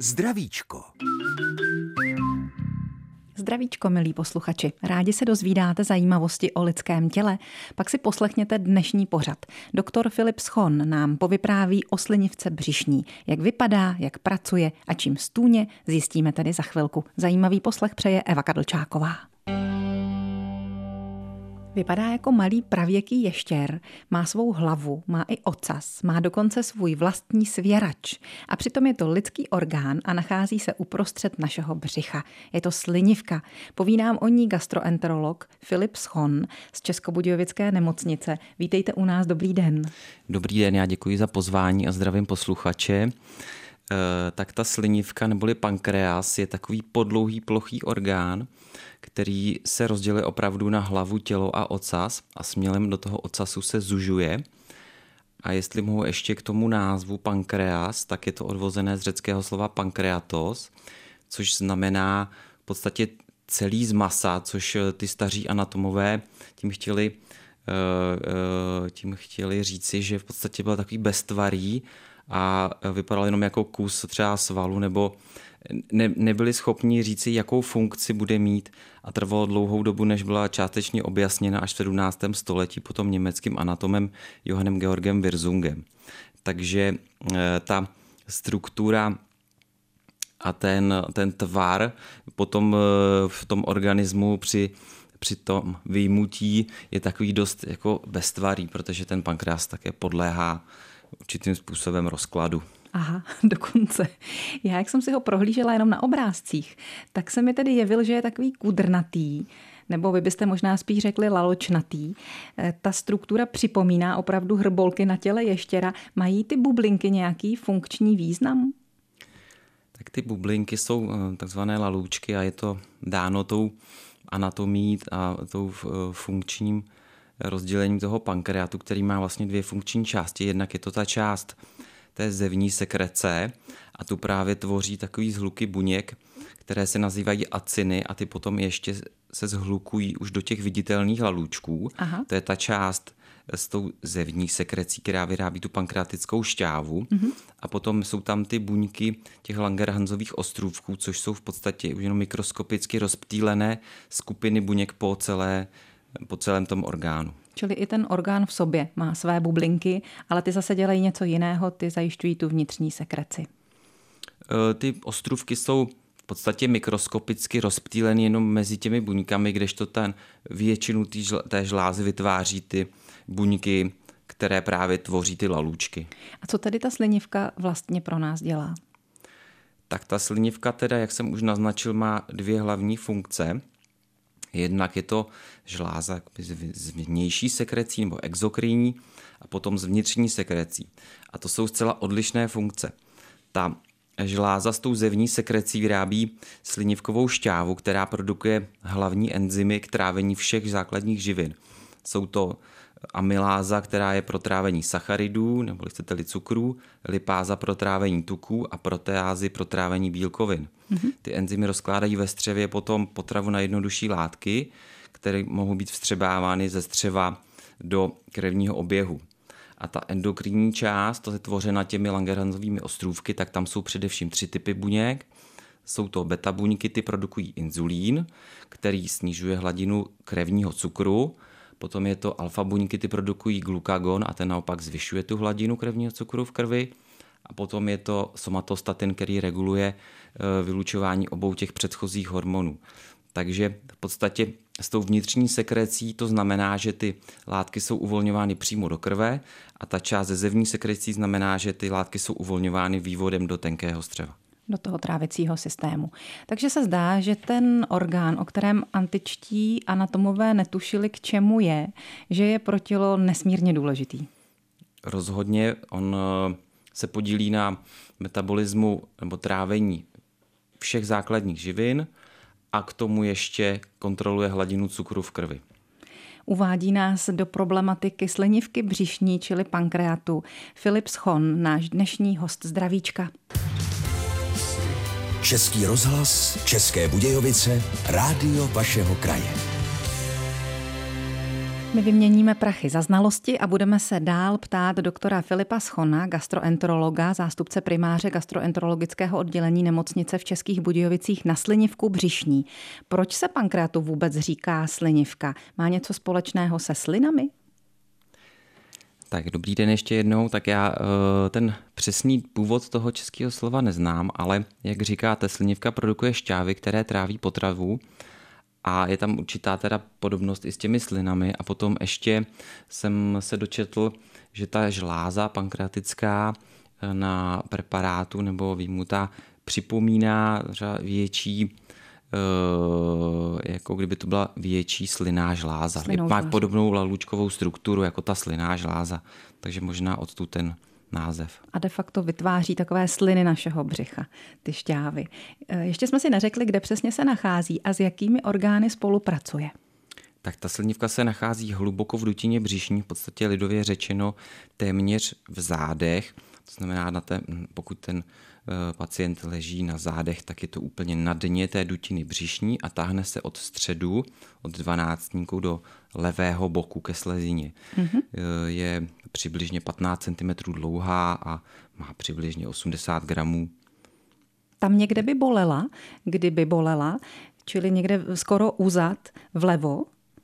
Zdravíčko. Zdravíčko, milí posluchači. Rádi se dozvídáte zajímavosti o lidském těle? Pak si poslechněte dnešní pořad. Doktor Filip Schon nám povypráví o slinivce břišní. Jak vypadá, jak pracuje a čím stůně, zjistíme tedy za chvilku. Zajímavý poslech přeje Eva Kadlčáková. Vypadá jako malý pravěký ještěr, má svou hlavu, má i ocas, má dokonce svůj vlastní svěrač. A přitom je to lidský orgán a nachází se uprostřed našeho břicha. Je to slinivka. Poví nám o ní gastroenterolog Filip Schon z Českobudějovické nemocnice. Vítejte u nás, dobrý den. Dobrý den, já děkuji za pozvání a zdravím posluchače. Tak ta slinivka neboli pankreas je takový podlouhý plochý orgán, který se rozděluje opravdu na hlavu, tělo a ocas a směrem do toho ocasu se zužuje. A jestli mohu ještě k tomu názvu pankreas, tak je to odvozené z řeckého slova pankreatos, což znamená v podstatě celý z masa, což ty staří anatomové tím chtěli říci, že v podstatě byl takový beztvarý a vypadal jenom jako kus třeba svalu, nebo nebyli schopni říci, jakou funkci bude mít, a trvalo dlouhou dobu, než byla částečně objasněna až v 17. století potom německým anatomem Johannem Georgem Wirsungem. Takže ta struktura a ten tvar potom v tom organismu při tom vyjmutí je takový dost jako beztvarý, protože ten pankreas také podléhá určitým způsobem rozkladu. Aha, dokonce. Já, jak jsem si ho prohlížela jenom na obrázcích, tak se mi tedy jevil, že je takový kudrnatý, nebo vy byste možná spíš řekli laločnatý. Ta struktura připomíná opravdu hrbolky na těle ještěra. Mají ty bublinky nějaký funkční význam? Tak ty bublinky jsou takzvané lalůčky a je to dáno tou anatomií a tou funkčním rozdělením toho pankreatu, který má vlastně dvě funkční části. Jednak je to ta část té zevní sekrece a tu právě tvoří takový zhluky buněk, které se nazývají aciny a ty potom ještě se zhlukují už do těch viditelných lalůčků. Aha. To je ta část s tou zevní sekrecí, která vyrábí tu pankreatickou šťávu. Mm-hmm. A potom jsou tam ty buňky těch Langerhansových ostrůvků, což jsou v podstatě už jenom mikroskopicky rozptýlené skupiny buněk po celém tom orgánu. Čili i ten orgán v sobě má své bublinky, ale ty zase dělají něco jiného, ty zajišťují tu vnitřní sekreci. Ty ostrůvky jsou v podstatě mikroskopicky rozptýleny jenom mezi těmi buňkami, kdežto většinu té žlázy vytváří ty buňky, které právě tvoří ty lalůčky. A co tedy ta slinivka vlastně pro nás dělá? Tak ta slinivka teda, jak jsem už naznačil, má dvě hlavní funkce. Jednak je to žláza z vnější sekrecí nebo exokrinní a potom z vnitřní sekrecí. A to jsou zcela odlišné funkce. Ta žláza s tou zevní sekrecí vyrábí slinivkovou šťávu, která produkuje hlavní enzymy k trávení všech základních živin. Jsou to amyláza, která je pro trávení sacharidů, nebo chcete-li cukrů, lipáza pro trávení tuků a proteázy pro trávení bílkovin. Mm-hmm. Ty enzymy rozkládají ve střevě potom potravu na jednodušší látky, které mohou být vstřebávány ze střeva do krevního oběhu. A ta endokrinní část, to je tvořena těmi Langerhansovými ostrůvky, tak tam jsou především 3 typy buněk. Jsou to beta buňky, ty produkují inzulín, který snižuje hladinu krevního cukru. Potom je to alfa buňky, ty produkují glukagon a ten naopak zvyšuje tu hladinu krevního cukru v krvi. A potom je to somatostatin, který reguluje vylučování obou těch předchozích hormonů. Takže v podstatě s tou vnitřní sekrecí to znamená, že ty látky jsou uvolňovány přímo do krve a ta část ze zevní sekrecí znamená, že ty látky jsou uvolňovány vývodem do tenkého střeva. Do toho trávicího systému. Takže se zdá, že ten orgán, o kterém antičtí anatomové netušili, k čemu je, že je pro tělo nesmírně důležitý. Rozhodně on se podílí na metabolismu nebo trávení všech základních živin a k tomu ještě kontroluje hladinu cukru v krvi. Uvádí nás do problematiky slinivky břišní, čili pankreatu, Filip Schon, náš dnešní host Zdravíčka. Český rozhlas, České Budějovice, rádio vašeho kraje. My vyměníme prachy za znalosti a budeme se dál ptát doktora Filipa Schona, gastroenterologa, zástupce primáře gastroenterologického oddělení nemocnice v Českých Budějovicích, na slinivku břišní. Proč se pankreatu vůbec říká slinivka? Má něco společného se slinami? Tak dobrý den ještě jednou. Tak já ten přesný původ toho českého slova neznám, ale jak říkáte, slinivka produkuje šťávy, které tráví potravu. A je tam určitá teda podobnost i s těmi slinami. A potom ještě jsem se dočetl, že ta žláza pankreatická na preparátu nebo výmuta připomíná větší, jako kdyby to byla větší slinná žláza. Má podobnou lalůčkovou strukturu jako ta slinná žláza. Takže možná odtud ten název. A de facto vytváří takové sliny našeho břicha, ty šťávy. Ještě jsme si neřekli, kde přesně se nachází a s jakými orgány spolupracuje. Tak ta slinivka se nachází hluboko v dutině břišní, v podstatě lidově řečeno téměř v zádech. To znamená, pokud ten pacient leží na zádech, tak je to úplně na dně té dutiny břišní a táhne se od středu, od dvanáctníku do levého boku ke slezině. Je přibližně 15 cm dlouhá a má přibližně 80 gramů. Tam někde by bolela, kdyby bolela, čili někde skoro úzad vlevo.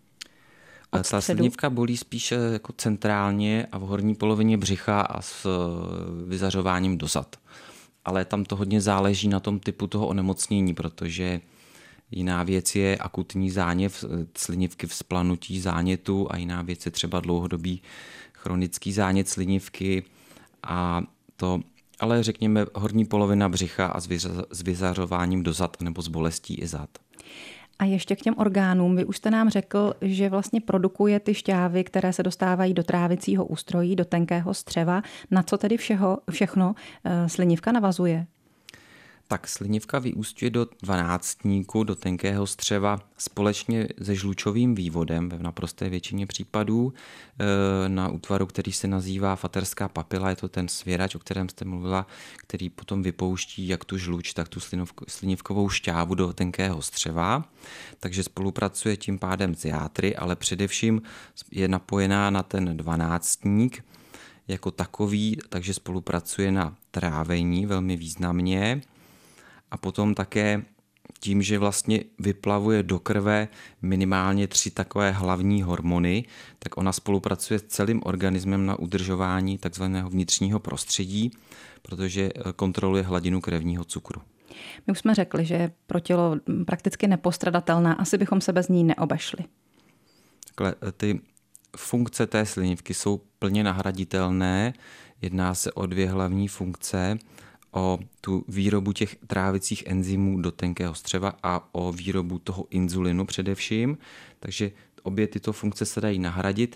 Ta slinivka bolí spíše jako centrálně a v horní polovině břicha a s vyzařováním dozad. Ale tam to hodně záleží na tom typu toho onemocnění, protože jiná věc je akutní zánět slinivky, vzplanutí zánětu a jiná věc je třeba dlouhodobý chronický zánět slinivky a to, ale řekněme horní polovina břicha a s vyzařováním dozad nebo s bolestí i zad. A ještě k těm orgánům. Vy už jste nám řekl, že vlastně produkuje ty šťávy, které se dostávají do trávicího ústrojí, do tenkého střeva. Na co tedy všechno slinivka navazuje? Tak slinivka vyúsťuje do dvanáctníku, do tenkého střeva společně se žlučovým vývodem v naprosté většině případů na útvaru, který se nazývá faterská papila. Je to ten svěrač, o kterém jste mluvila, který potom vypouští jak tu žluč, tak tu slinivkovou šťávu do tenkého střeva. Takže spolupracuje tím pádem s játry, ale především je napojená na ten dvanáctník jako takový, takže spolupracuje na trávení velmi významně. A potom také tím, že vlastně vyplavuje do krve minimálně 3 takové hlavní hormony, tak ona spolupracuje s celým organismem na udržování takzvaného vnitřního prostředí, protože kontroluje hladinu krevního cukru. My už jsme řekli, že je pro tělo prakticky nepostradatelná, asi bychom se bez ní neobešli. Takhle, ty funkce té slinivky jsou plně nahraditelné. Jedná se o 2 hlavní funkce, o tu výrobu těch trávicích enzymů do tenkého střeva a o výrobu toho inzulinu především. Takže obě tyto funkce se dají nahradit.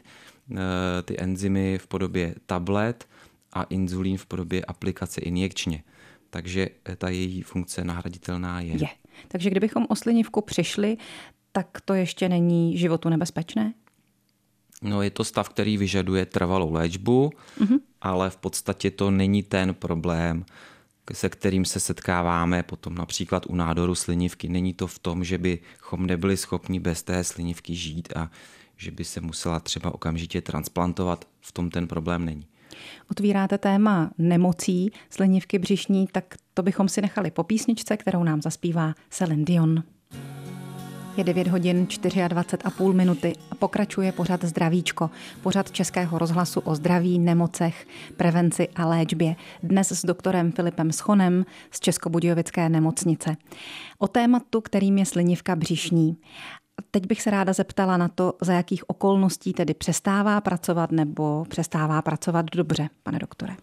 Ty enzymy v podobě tablet a inzulín v podobě aplikace injekčně. Takže ta její funkce nahraditelná je. Takže kdybychom o slinivku přišli, tak to ještě není životu nebezpečné? No, je to stav, který vyžaduje trvalou léčbu, ale v podstatě to není ten problém, se kterým se setkáváme potom například u nádoru slinivky. Není to v tom, že bychom nebyli schopni bez té slinivky žít a že by se musela třeba okamžitě transplantovat. V tom ten problém není. Otvíráte téma nemocí slinivky břišní, tak to bychom si nechali po písničce, kterou nám zaspívá Celine Dion. Je 9 hodin 24,5 minuty a pokračuje pořad Zdravíčko, pořad Českého rozhlasu o zdraví, nemocech, prevenci a léčbě. Dnes s doktorem Filipem Schonem z Českobudějovické nemocnice. O tématu, kterým je slinivka břišní. Teď bych se ráda zeptala na to, za jakých okolností tedy přestává pracovat nebo přestává pracovat dobře, pane doktore.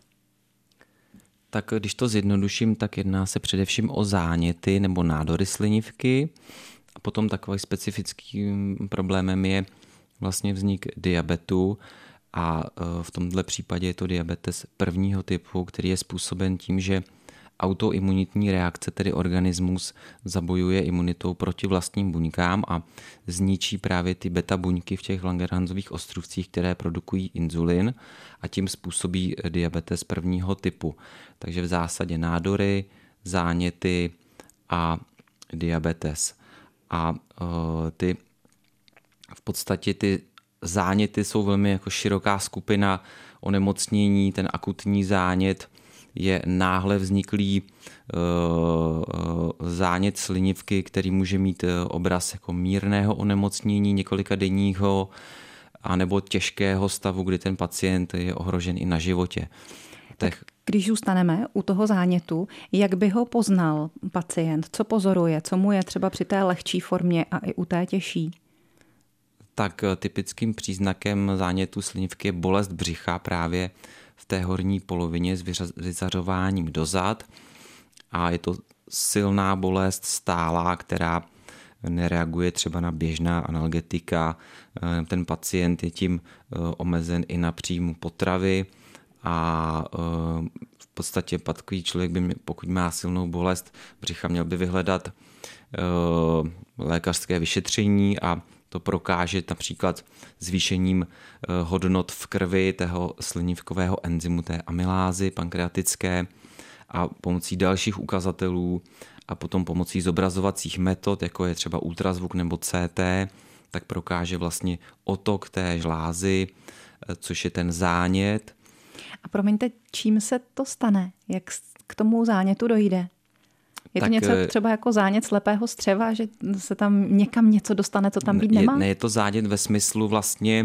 Tak když to zjednoduším, tak jedná se především o záněty nebo nádory slinivky. A potom takovým specifickým problémem je vlastně vznik diabetu a v tomto případě je to diabetes 1. typu, který je způsoben tím, že autoimunitní reakce, tedy organismus, zabojuje imunitou proti vlastním buňkám a zničí právě ty beta buňky v těch Langerhansových ostrůvcích, které produkují inzulin a tím způsobí diabetes 1. typu. Takže v zásadě nádory, záněty a diabetes. A v podstatě ty záněty jsou velmi jako široká skupina onemocnění. Ten akutní zánět je náhle vzniklý zánět slinivky, který může mít obraz jako mírného onemocnění několika denního anebo těžkého stavu, kdy ten pacient je ohrožen i na životě. Tak když zůstaneme u toho zánětu, jak by ho poznal pacient? Co pozoruje? Co mu je třeba při té lehčí formě a i u té těžší? Tak typickým příznakem zánětu slinivky je bolest břicha právě v té horní polovině s vyzařováním dozad a je to silná bolest stálá, která nereaguje třeba na běžná analgetika. Ten pacient je tím omezen i na příjmu potravy a v podstatě takový člověk by, pokud má silnou bolest břicha, měl by vyhledat lékařské vyšetření a to prokáže například zvýšením hodnot v krvi tého slinivkového enzymu, té amylázy pankreatické a pomocí dalších ukazatelů a potom pomocí zobrazovacích metod, jako je třeba ultrazvuk nebo CT, tak prokáže vlastně otok té žlázy, což je ten zánět. A promiňte, čím se to stane? Jak k tomu zánětu dojde? Je to něco třeba jako zánět slepého střeva, že se tam někam něco dostane, co tam být nemá? Je to zánět ve smyslu vlastně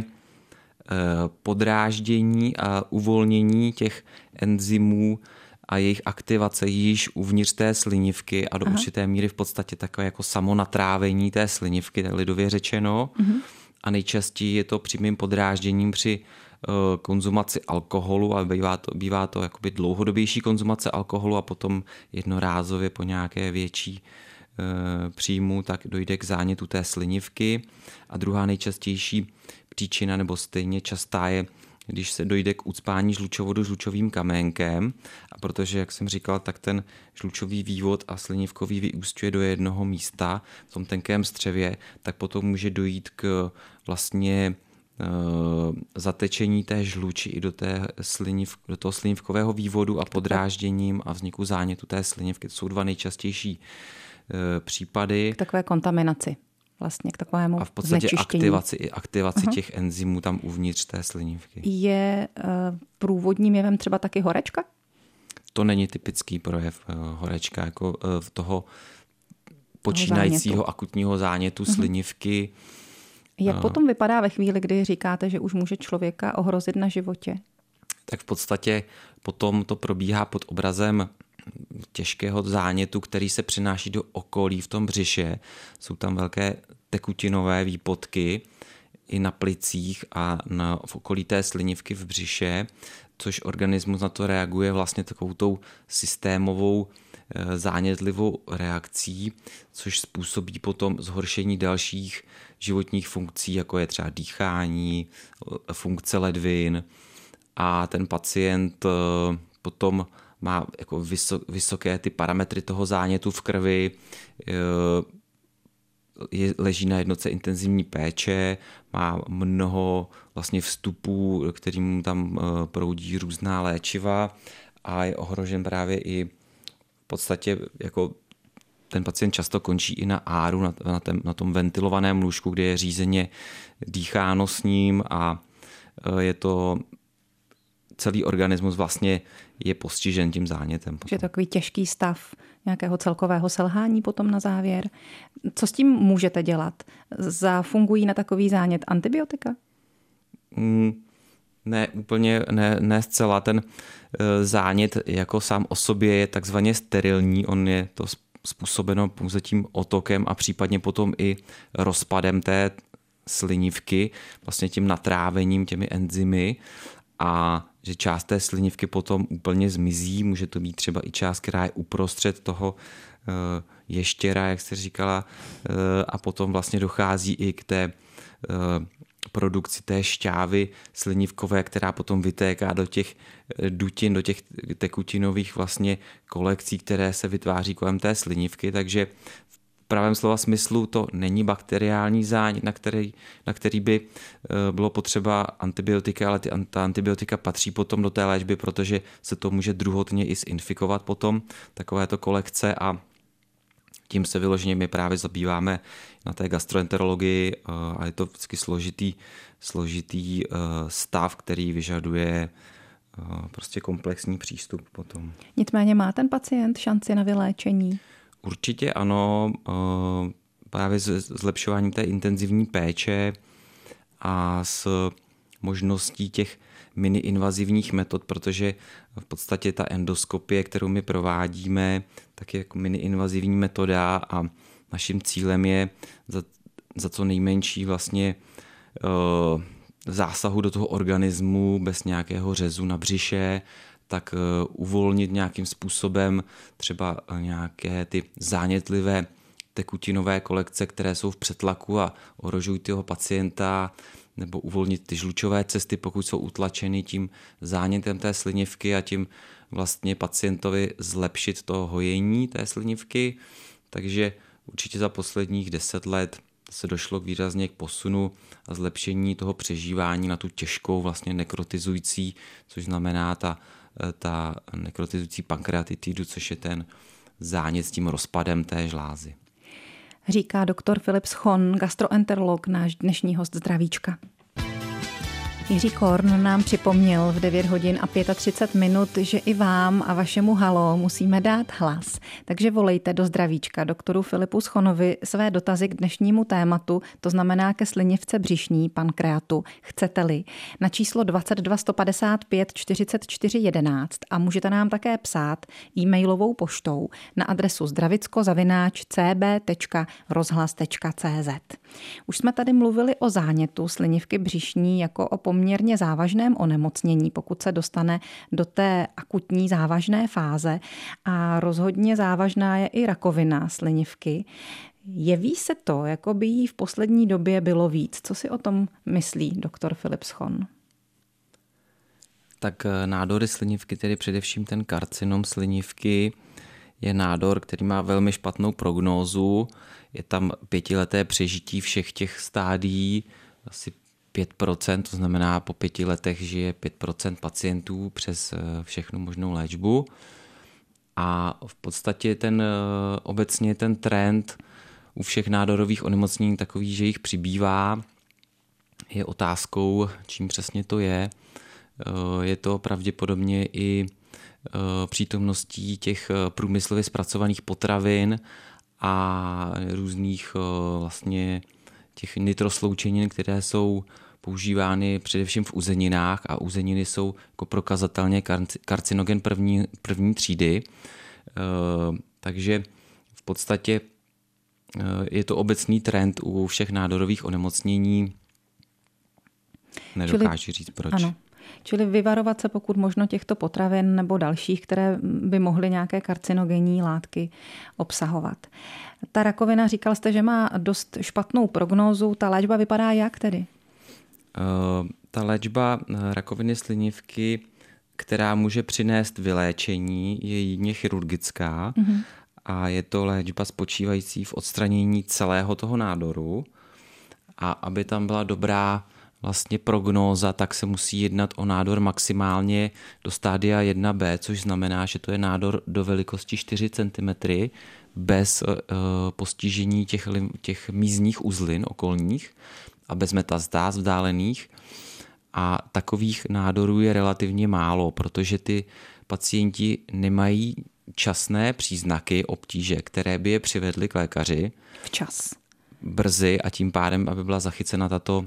podráždění a uvolnění těch enzymů a jejich aktivace již uvnitř té slinivky a do určité míry v podstatě takové jako samonatrávení té slinivky, tak lidově řečeno. A nejčastěji je to přímým podrážděním při konzumaci alkoholu, ale bývá to jakoby dlouhodobější konzumace alkoholu a potom jednorázově po nějaké větší příjmu, tak dojde k zánětu té slinivky. A druhá nejčastější příčina nebo stejně častá je, když se dojde k ucpání žlučovodu žlučovým kaménkem a protože, jak jsem říkal, tak ten žlučový vývod a slinivkový vyúsťuje do jednoho místa v tom tenkém střevě, tak potom může dojít k vlastně zatečení té žluči i do toho slinivkového vývodu a podrážděním a vzniku zánětu té slinivky. To jsou dva nejčastější případy. K takové kontaminaci. Vlastně k takovému a v podstatě znečištění. aktivaci těch enzymů tam uvnitř té slinivky. Je průvodním jevem třeba taky horečka? To není typický projev horečka, jako toho počínajícího akutního zánětu slinivky. Jak potom vypadá ve chvíli, kdy říkáte, že už může člověka ohrozit na životě? Tak v podstatě potom to probíhá pod obrazem těžkého zánětu, který se přináší do okolí v tom břiše. Jsou tam velké tekutinové výpotky i na plicích a v okolí té slinivky v břiše, což organismus na to reaguje vlastně takovou tou systémovou zánětlivou reakcí, což způsobí potom zhoršení dalších životních funkcí, jako je třeba dýchání, funkce ledvin a ten pacient potom má jako vysoké ty parametry toho zánětu v krvi, leží na jednotce intenzivní péče, má mnoho vlastně vstupů, kterým tam proudí různá léčiva a je ohrožen právě i v podstatě jako ten pacient často končí i na áru, na tom ventilovaném lůžku, kde je řízeně dýcháno s ním a je to celý organismus vlastně je postižen tím zánětem. Je takový těžký stav nějakého celkového selhání potom na závěr. Co s tím můžete dělat? Zafungují na takový zánět antibiotika? Ne, úplně ne zcela. Ten zánět jako sám o sobě je takzvaně sterilní. On je to způsobeno pouze tím otokem a případně potom i rozpadem té slinivky, vlastně tím natrávením těmi enzymy a že část té slinivky potom úplně zmizí. Může to být třeba i část, která je uprostřed toho ještěra, jak jste říkala, a potom vlastně dochází i k té produkci té šťávy slinivkové, která potom vytéká do těch dutin, do těch tekutinových vlastně kolekcí, které se vytváří kolem té slinivky, takže v pravém slova smyslu to není bakteriální zánět, na který by bylo potřeba antibiotika, ale ta antibiotika patří potom do té léčby, protože se to může druhotně i zinfikovat potom, takovéto kolekce a Tím se vyloženě my právě zabýváme na té gastroenterologii a je to vždycky složitý stav, který vyžaduje prostě komplexní přístup potom. Nicméně má ten pacient šanci na vyléčení? Určitě ano, právě zlepšování té intenzivní péče a s možností těch mini-invazivních metod, protože v podstatě ta endoskopie, kterou my provádíme, tak je jako mini-invazivní metoda a naším cílem je za co nejmenší vlastně zásahu do toho organismu bez nějakého řezu na břiše, tak uvolnit nějakým způsobem třeba nějaké ty zánětlivé tekutinové kolekce, které jsou v přetlaku a ohrožují toho pacienta, nebo uvolnit ty žlučové cesty, pokud jsou utlačeny tím zánětem té slinivky a tím vlastně pacientovi zlepšit to hojení té slinivky. Takže určitě za posledních 10 let se došlo výrazně k posunu a zlepšení toho přežívání na tu těžkou vlastně nekrotizující, což znamená ta nekrotizující pankreatitidu, což je ten zánět s tím rozpadem té žlázy. Říká doktor Filip Schon, gastroenterolog, náš dnešní host Zdravíčka. Jiří Korn nám připomněl v 9 hodin a 35 minut, že i vám a vašemu halo musíme dát hlas. Takže volejte do Zdravíčka doktoru Filipu Schonovi své dotazy k dnešnímu tématu, to znamená ke slinivce břišní, pankreatu, chcete-li, na číslo 22 155 44 11 a můžete nám také psát e-mailovou poštou na adresu zdravicko@cb.rozhlas.cz. Už jsme tady mluvili o zánětu slinivky břišní jako o poměrně závažném onemocnění, pokud se dostane do té akutní závažné fáze, a rozhodně závažná je i rakovina slinivky. Jeví se to, jako by jí v poslední době bylo víc. Co si o tom myslí doktor Filip Schon? Tak nádory slinivky, tedy především ten karcinom slinivky, je nádor, který má velmi špatnou prognózu. Je tam 5leté přežití všech těch stádií, asi 5%, to znamená po 5 letech žije 5% pacientů přes všechnu možnou léčbu. A v podstatě obecně ten trend u všech nádorových onemocnění takový, že jich přibývá. Je otázkou, čím přesně to je. Je to pravděpodobně i přítomností těch průmyslově zpracovaných potravin a různých vlastně těch nitrosloučenin, které jsou používány především v uzeninách, a uzeniny jsou jako prokazatelně karcinogen první třídy. Takže v podstatě je to obecný trend u všech nádorových onemocnění. Nedokážu říct proč. Ano. Čili vyvarovat se pokud možno těchto potravin nebo dalších, které by mohly nějaké karcinogenní látky obsahovat. Ta rakovina, říkal jste, že má dost špatnou prognózu. Ta léčba vypadá jak tedy? Ta léčba rakoviny slinivky, která může přinést vyléčení, je jedině chirurgická a je to léčba spočívající v odstranění celého toho nádoru, a aby tam byla dobrá vlastně prognóza, tak se musí jednat o nádor maximálně do stádia 1B, což znamená, že to je nádor do velikosti 4 cm bez postižení těch mízních uzlin okolních a bez metastáz vzdálených. A takových nádorů je relativně málo, protože ty pacienti nemají časné příznaky obtíže, které by je přivedly k lékaři včas, brzy, a tím pádem, aby byla zachycena tato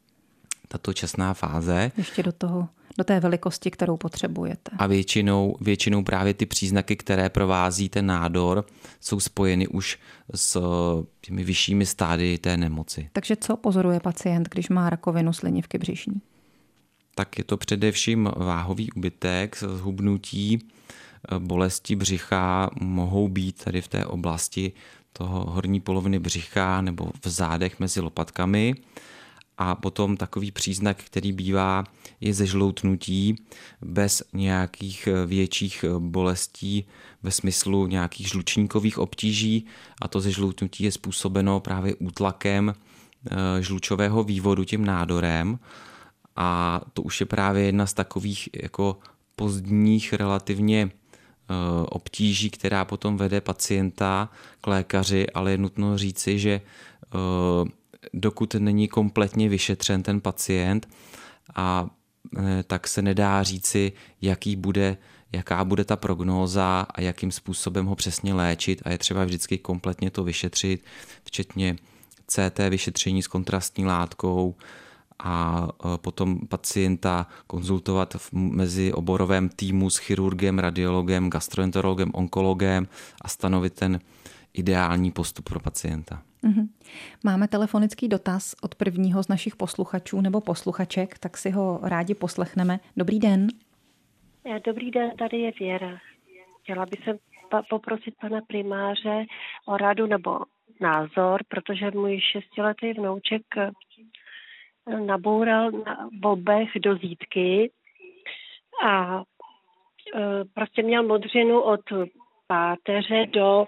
časná fáze. Ještě do té velikosti, kterou potřebujete. A většinou právě ty příznaky, které provází ten nádor, jsou spojeny už s těmi vyššími stádii té nemoci. Takže co pozoruje pacient, když má rakovinu slinivky břišní? Tak je to především váhový úbytek, zhubnutí, bolesti břicha, mohou být tady v té oblasti toho horní poloviny břicha nebo v zádech mezi lopatkami. A potom takový příznak, který bývá, je zežloutnutí bez nějakých větších bolestí ve smyslu nějakých žlučníkových obtíží, a to zežloutnutí je způsobeno právě útlakem žlučového vývodu tím nádorem, a to už je právě jedna z takových jako pozdních relativně obtíží, která potom vede pacienta k lékaři, ale je nutno říci, že dokud není kompletně vyšetřen ten pacient, tak se nedá říci, jaká bude ta prognóza a jakým způsobem ho přesně léčit, a je třeba vždycky kompletně to vyšetřit, včetně CT vyšetření s kontrastní látkou, a potom pacienta konzultovat v mezioborovém týmu s chirurgem, radiologem, gastroenterologem, onkologem a stanovit ten ideální postup pro pacienta. Máme telefonický dotaz od prvního z našich posluchačů nebo posluchaček, tak si ho rádi poslechneme. Dobrý den. Dobrý den, tady je Věra. Chtěla bych se poprosit pana primáře o radu nebo názor, protože můj 6letý vnouček naboural na bobech do zítky a prostě měl modřinu od páteře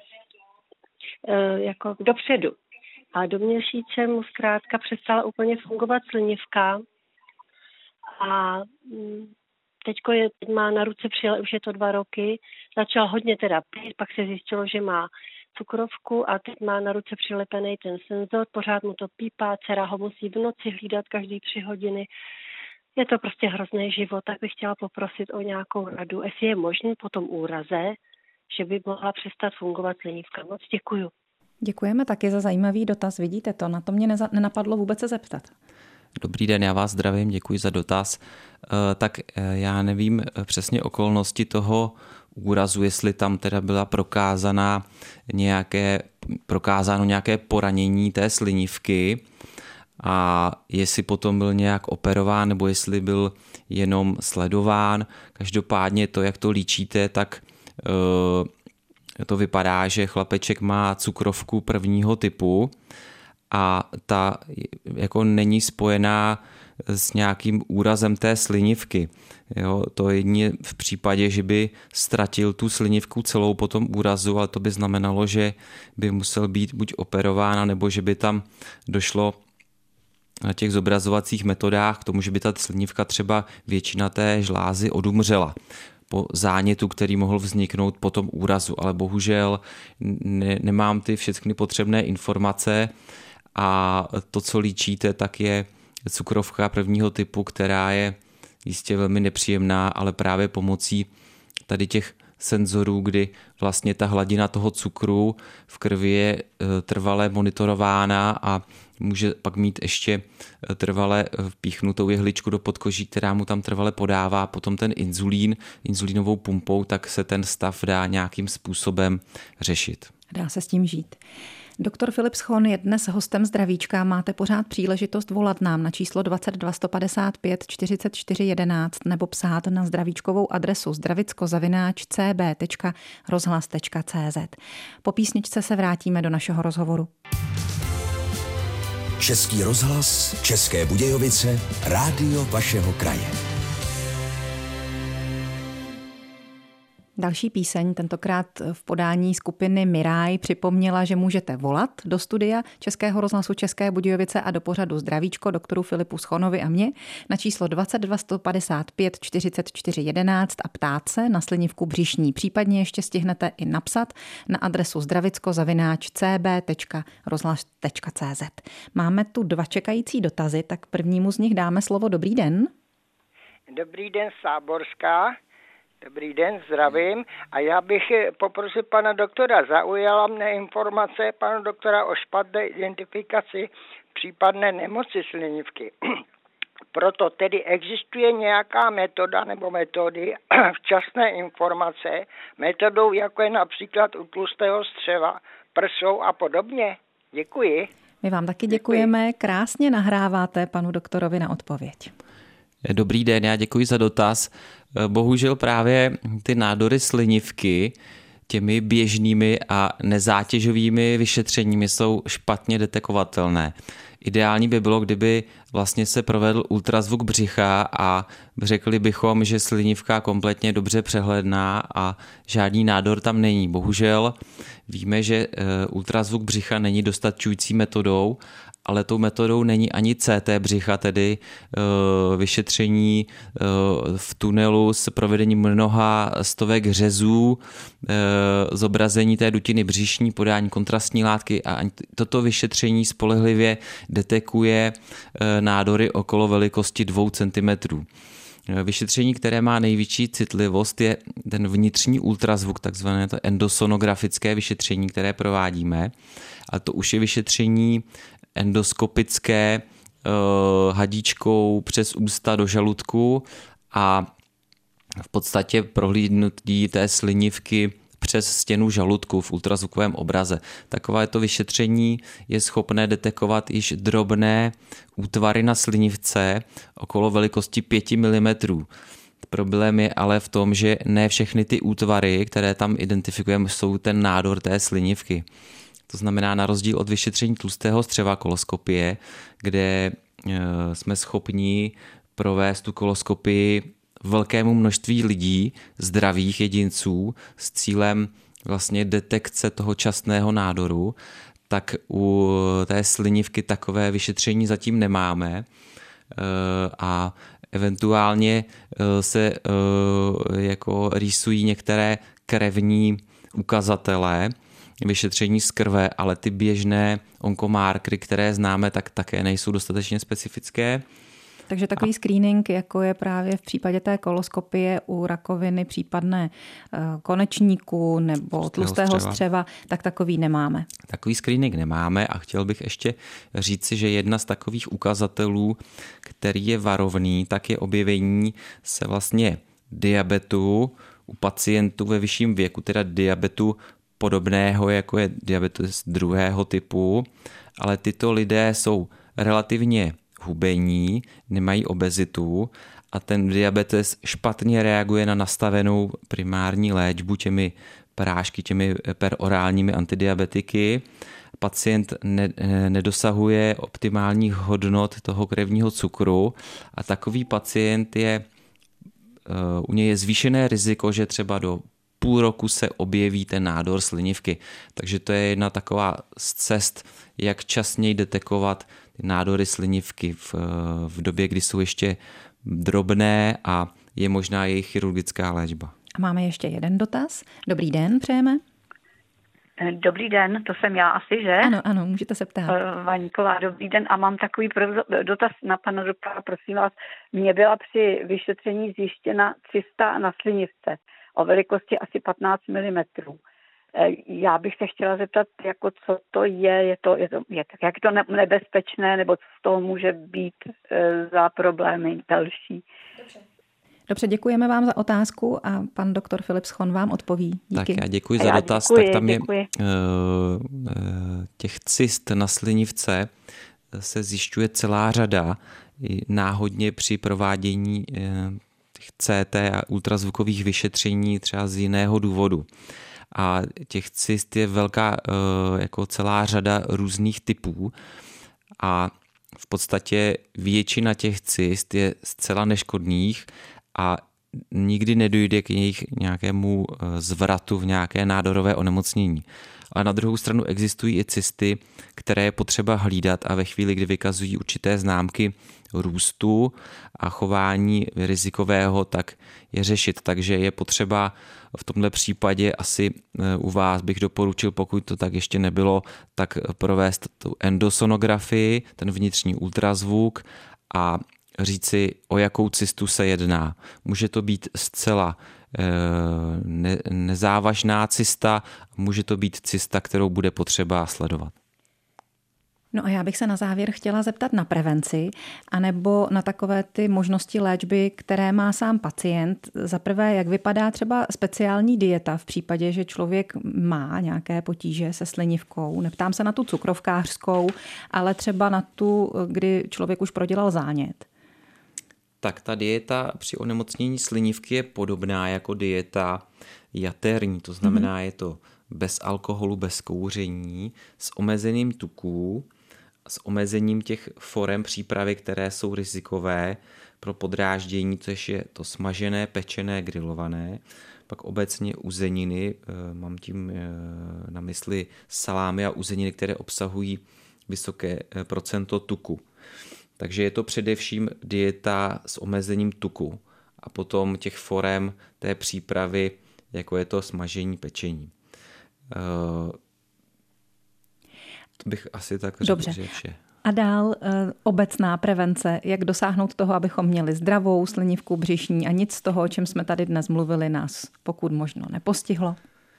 dopředu. A do měsíce mu zkrátka přestala úplně fungovat slinivka a teď má na ruce už je to 2 roky, začal hodně teda pít, pak se zjistilo, že má cukrovku a teď má na ruce přilepený ten senzor, pořád mu to pípá, dcera ho musí v noci hlídat každý 3 hodiny. Je to prostě hrozný život, tak bych chtěla poprosit o nějakou radu, jestli je možný po tom úraze, že by mohla přestat fungovat slinivka. Moc děkuju. Děkujeme taky za zajímavý dotaz, vidíte to, na to mě nenapadlo vůbec se zeptat. Dobrý den, já vás zdravím, děkuji za dotaz. Tak já nevím přesně okolnosti toho úrazu, jestli tam teda byla prokázáno nějaké poranění té slinivky a jestli potom byl nějak operován nebo jestli byl jenom sledován. Každopádně to, jak to líčíte, tak to vypadá, že chlapeček má cukrovku 1. typu a ta jako není spojená s nějakým úrazem té slinivky. Jo, to jedině v případě, že by ztratil tu slinivku celou po tom úrazu, ale to by znamenalo, že by musel být buď operován, nebo že by tam došlo na těch zobrazovacích metodách k tomu, že by ta slinivka třeba většina té žlázy odumřela po zánětu, který mohl vzniknout po tom úrazu. Ale bohužel nemám ty všechny potřebné informace a to, co líčíte, tak je cukrovka 1. typu, která je jistě velmi nepříjemná, ale právě pomocí tady těch senzorů, kdy vlastně ta hladina toho cukru v krvi je trvale monitorována a může pak mít ještě trvale vpíchnutou jehličku do podkoží, která mu tam trvale podává potom ten inzulínovou pumpou, tak se ten stav dá nějakým způsobem řešit. Dá se s tím žít. Doktor Filip Schon je dnes hostem Zdravíčka. Máte pořád příležitost volat nám na číslo 22 155 44 11 nebo psát na zdravíčkovou adresu zdravicko@cb.rozhlas.cz. Po písničce se vrátíme do našeho rozhovoru. Český rozhlas, České Budějovice, rádio vašeho kraje. Další píseň, tentokrát v podání skupiny Miráj, připomněla, že můžete volat do studia Českého rozhlasu České Budějovice a do pořadu Zdravíčko doktoru Filipu Schonovi a mě na číslo 22 155 44 11 a ptát se na slinivku břišní. Případně ještě stihnete i napsat na adresu zdravicko@cb.rozhlas.cz. Máme tu 2 čekající dotazy, tak prvnímu z nich dáme slovo. Dobrý den. Dobrý den, Sáborská. Dobrý den, zdravím. A já bych poprosil pana doktora, zaujala mne informace pana doktora o špatné identifikaci případné nemoci slinivky. Proto tedy existuje nějaká metoda nebo metody včasné informace, metodou jako je například u tlustého střeva, prsou a podobně. Děkuji. My vám taky děkujeme. Krásně nahráváte panu doktorovi na odpověď. Dobrý den, já děkuji za dotaz. Bohužel právě ty nádory slinivky těmi běžnými a nezátěžovými vyšetřeními jsou špatně detekovatelné. Ideální by bylo, kdyby vlastně se provedl ultrazvuk břicha a řekli bychom, že slinivka kompletně dobře přehledná a žádný nádor tam není. Bohužel víme, že ultrazvuk břicha není dostačující metodou ale tou metodou není ani CT břicha, tedy vyšetření v tunelu s provedením mnoha stovek řezů, zobrazení té dutiny břišní, podání kontrastní látky a toto vyšetření spolehlivě detekuje nádory okolo velikosti 2 cm. Vyšetření, které má největší citlivost, je ten vnitřní ultrazvuk, takzvané to endosonografické vyšetření, které provádíme. A to už je vyšetření endoskopické hadičkou přes ústa do žaludku a v podstatě prohlídnutí té slinivky přes stěnu žaludku v ultrazvukovém obraze. Takovéto vyšetření je schopné detekovat již drobné útvary na slinivce okolo velikosti 5 mm. Problém je ale v tom, že ne všechny ty útvary, které tam identifikujeme, jsou ten nádor té slinivky. To znamená, na rozdíl od vyšetření tlustého střeva koloskopie, kde jsme schopni provést tu koloskopii velkému množství lidí, zdravých jedinců, s cílem vlastně detekce toho časného nádoru, tak u té slinivky takové vyšetření zatím nemáme a eventuálně se jako rýsují některé krevní ukazatele vyšetření z krve, ale ty běžné onkomarkery, které známe, tak také nejsou dostatečně specifické. Takže takový screening, jako je právě v případě té koloskopie u rakoviny případné konečníku nebo tlustého střeva, tak takový nemáme. Takový screening nemáme a chtěl bych ještě říci, že jedna z takových ukazatelů, který je varovný, tak je objevení se vlastně diabetu u pacientů ve vyšším věku, teda diabetu podobného, jako je diabetes 2. typu, ale tyto lidé jsou relativně hubení, nemají obezitu a ten diabetes špatně reaguje na nastavenou primární léčbu těmi prášky, těmi perorálními antidiabetiky. Pacient nedosahuje optimálních hodnot toho krevního cukru a takový pacient u něj je zvýšené riziko, že třeba do půl roku se objeví ten nádor slinivky. Takže to je jedna taková z cest, jak časněji detekovat ty nádory slinivky v době, kdy jsou ještě drobné a je možná jejich chirurgická léčba. A máme ještě jeden dotaz. Dobrý den, přejeme. Dobrý den, to jsem já asi, že? Ano, můžete se ptát. Vaňková, dobrý den a mám takový dotaz na pana doktora, prosím vás. Mně byla při vyšetření zjištěna cysta na slinivce o velikosti asi 15 mm. Já bych se chtěla zeptat, jako co to je, jak to nebezpečné, nebo co z toho může být za problémy další. Dobře, děkujeme vám za otázku a pan doktor Filip Schon vám odpoví. Díky. Tak já děkuji za dotaz. Děkuji, tak tam děkuji. Je těch cyst na slinivce se zjišťuje celá řada náhodně při provádění těch CT a ultrazvukových vyšetření třeba z jiného důvodu. A těch cyst je velká jako celá řada různých typů a v podstatě většina těch cyst je zcela neškodných a nikdy nedojde k jejich nějakému zvratu v nějaké nádorové onemocnění. Ale na druhou stranu existují i cysty, které je potřeba hlídat a ve chvíli, kdy vykazují určité známky růstu a chování rizikového, tak je řešit. Takže je potřeba v tomhle případě asi u vás bych doporučil, pokud to tak ještě nebylo, tak provést tu endosonografii, ten vnitřní ultrazvuk a říci, o jakou cystu se jedná. Může to být zcela nezávažná cysta, může to být cysta, kterou bude potřeba sledovat. No a já bych se na závěr chtěla zeptat na prevenci, anebo na takové ty možnosti léčby, které má sám pacient. Za prvé, jak vypadá třeba speciální dieta v případě, že člověk má nějaké potíže se slinivkou. Neptám se na tu cukrovkářskou, ale třeba na tu, kdy člověk už prodělal zánět. Tak ta dieta při onemocnění slinivky je podobná jako dieta jaterní, to znamená, je to bez alkoholu, bez kouření, s omezením tuků, s omezením těch forem přípravy, které jsou rizikové pro podráždění, což je to smažené, pečené, grilované, pak obecně uzeniny, mám tím na mysli salámy a uzeniny, které obsahují vysoké procento tuku. Takže je to především dieta s omezením tuku a potom těch forem té přípravy, jako je to smažení, pečení. To bych asi tak řekl, že vše. A dál obecná prevence, jak dosáhnout toho, abychom měli zdravou slinivku břišní a nic z toho, o čem jsme tady dnes mluvili, nás pokud možno nepostihlo?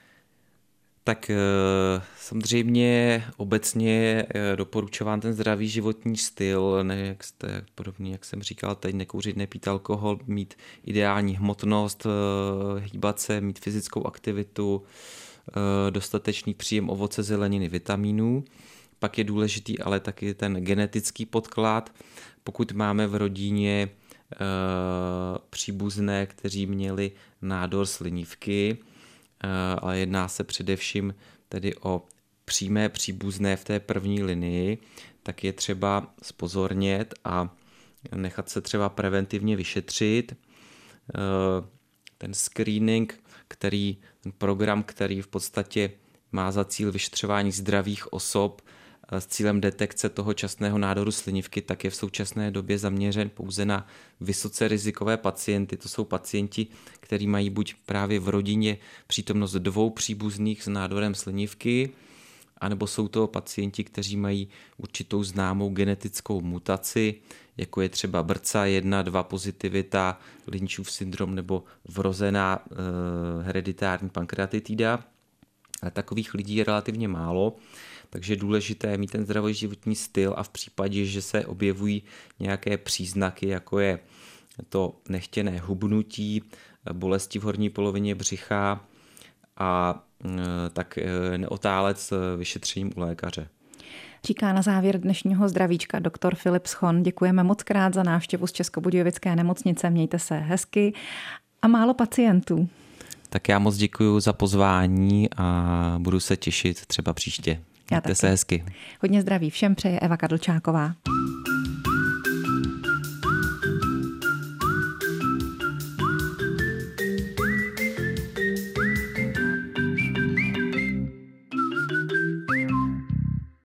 Tak samozřejmě obecně je doporučován ten zdravý životní styl, ne podobně, jak jsem říkal, teď nekouřit, nepít alkohol, mít ideální hmotnost, hýbat se, mít fyzickou aktivitu, dostatečný příjem ovoce, zeleniny, vitamínů. Pak je důležitý ale taky ten genetický podklad. Pokud máme v rodině příbuzné, kteří měli nádor slinivky, ale jedná se především tedy o přímé příbuzné v té první linii, tak je třeba zpozornět a nechat se třeba preventivně vyšetřit. Ten screening, ten program, který v podstatě má za cíl vyšetřování zdravých osob s cílem detekce toho časného nádoru slinivky, tak je v současné době zaměřen pouze na vysoce rizikové pacienty. To jsou pacienti, kteří mají buď právě v rodině přítomnost 2 příbuzných s nádorem slinivky, anebo jsou to pacienti, kteří mají určitou známou genetickou mutaci, jako je třeba BRCA1, 2 pozitivita, Lynchův syndrom nebo vrozená hereditární pankreatitida. Ale takových lidí je relativně málo, takže je důležité mít ten zdravý životní styl a v případě, že se objevují nějaké příznaky, jako je to nechtěné hubnutí, bolesti v horní polovině břicha, a tak neotálet s vyšetřením u lékaře. Říká na závěr dnešního zdravíčka doktor Filip Schon. Děkujeme moc krát za návštěvu z Českobudějovické nemocnice. Mějte se hezky a málo pacientů. Tak já moc děkuji za pozvání a budu se těšit třeba příště. Mějte se hezky. Hodně zdraví všem přeje Eva Kadlčáková.